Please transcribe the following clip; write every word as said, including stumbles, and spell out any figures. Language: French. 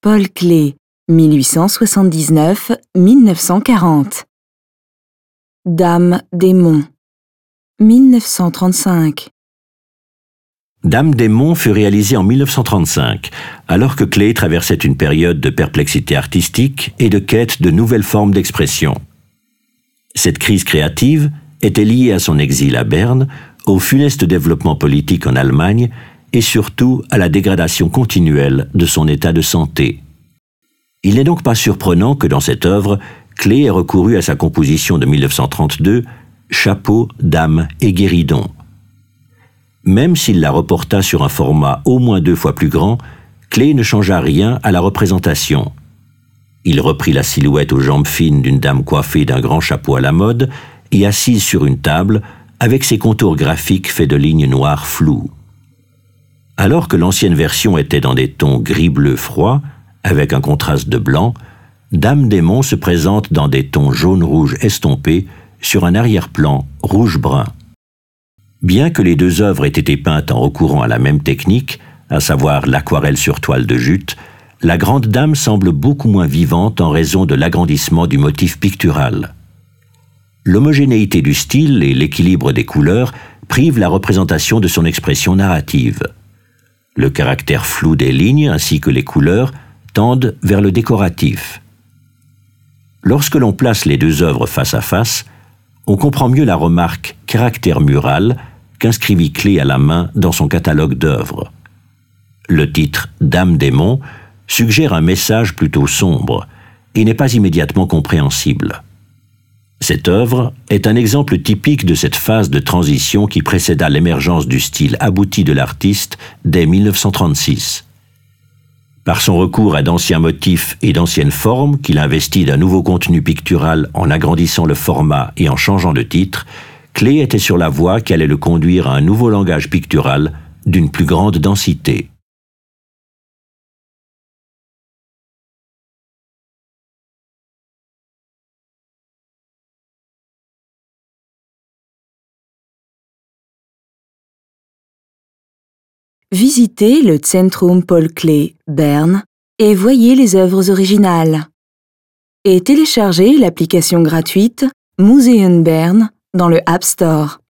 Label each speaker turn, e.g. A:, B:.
A: Paul Klee, mille huit cent soixante-dix-neuf à mille neuf cent quarante. Dame démon, mille neuf cent trente-cinq.
B: Dame démon fut réalisée en mille neuf cent trente-cinq, alors que Klee traversait une période de perplexité artistique et de quête de nouvelles formes d'expression. Cette crise créative était liée à son exil à Berne, au funeste développement politique en Allemagne et surtout à la dégradation continuelle de son état de santé. Il n'est donc pas surprenant que dans cette œuvre, Klee ait recouru à sa composition de mille neuf cent trente-deux, Chapeau, Dame et Guéridon. Même s'il la reporta sur un format au moins deux fois plus grand, Klee ne changea rien à la représentation. Il reprit la silhouette aux jambes fines d'une dame coiffée d'un grand chapeau à la mode et assise sur une table avec ses contours graphiques faits de lignes noires floues. Alors que l'ancienne version était dans des tons gris-bleu froid, avec un contraste de blanc, Dame démon se présente dans des tons jaune-rouge estompés sur un arrière-plan rouge-brun. Bien que les deux œuvres aient été peintes en recourant à la même technique, à savoir l'aquarelle sur toile de jute, la grande dame semble beaucoup moins vivante en raison de l'agrandissement du motif pictural. L'homogénéité du style et l'équilibre des couleurs privent la représentation de son expression narrative. Le caractère flou des lignes ainsi que les couleurs tendent vers le décoratif. Lorsque l'on place les deux œuvres face à face, on comprend mieux la remarque « caractère mural » qu'inscrivit Klee à la main dans son catalogue d'œuvres. Le titre « Dame démon » suggère un message plutôt sombre et n'est pas immédiatement compréhensible. Cette œuvre est un exemple typique de cette phase de transition qui précéda l'émergence du style abouti de l'artiste dès mille neuf cent trente-six. Par son recours à d'anciens motifs et d'anciennes formes qu'il investit d'un nouveau contenu pictural en agrandissant le format et en changeant de titre, Klee était sur la voie qui allait le conduire à un nouveau langage pictural d'une plus grande densité.
A: Visitez le Zentrum Paul Klee, Berne, et voyez les œuvres originales. Et téléchargez l'application gratuite Museum Bern dans le App Store.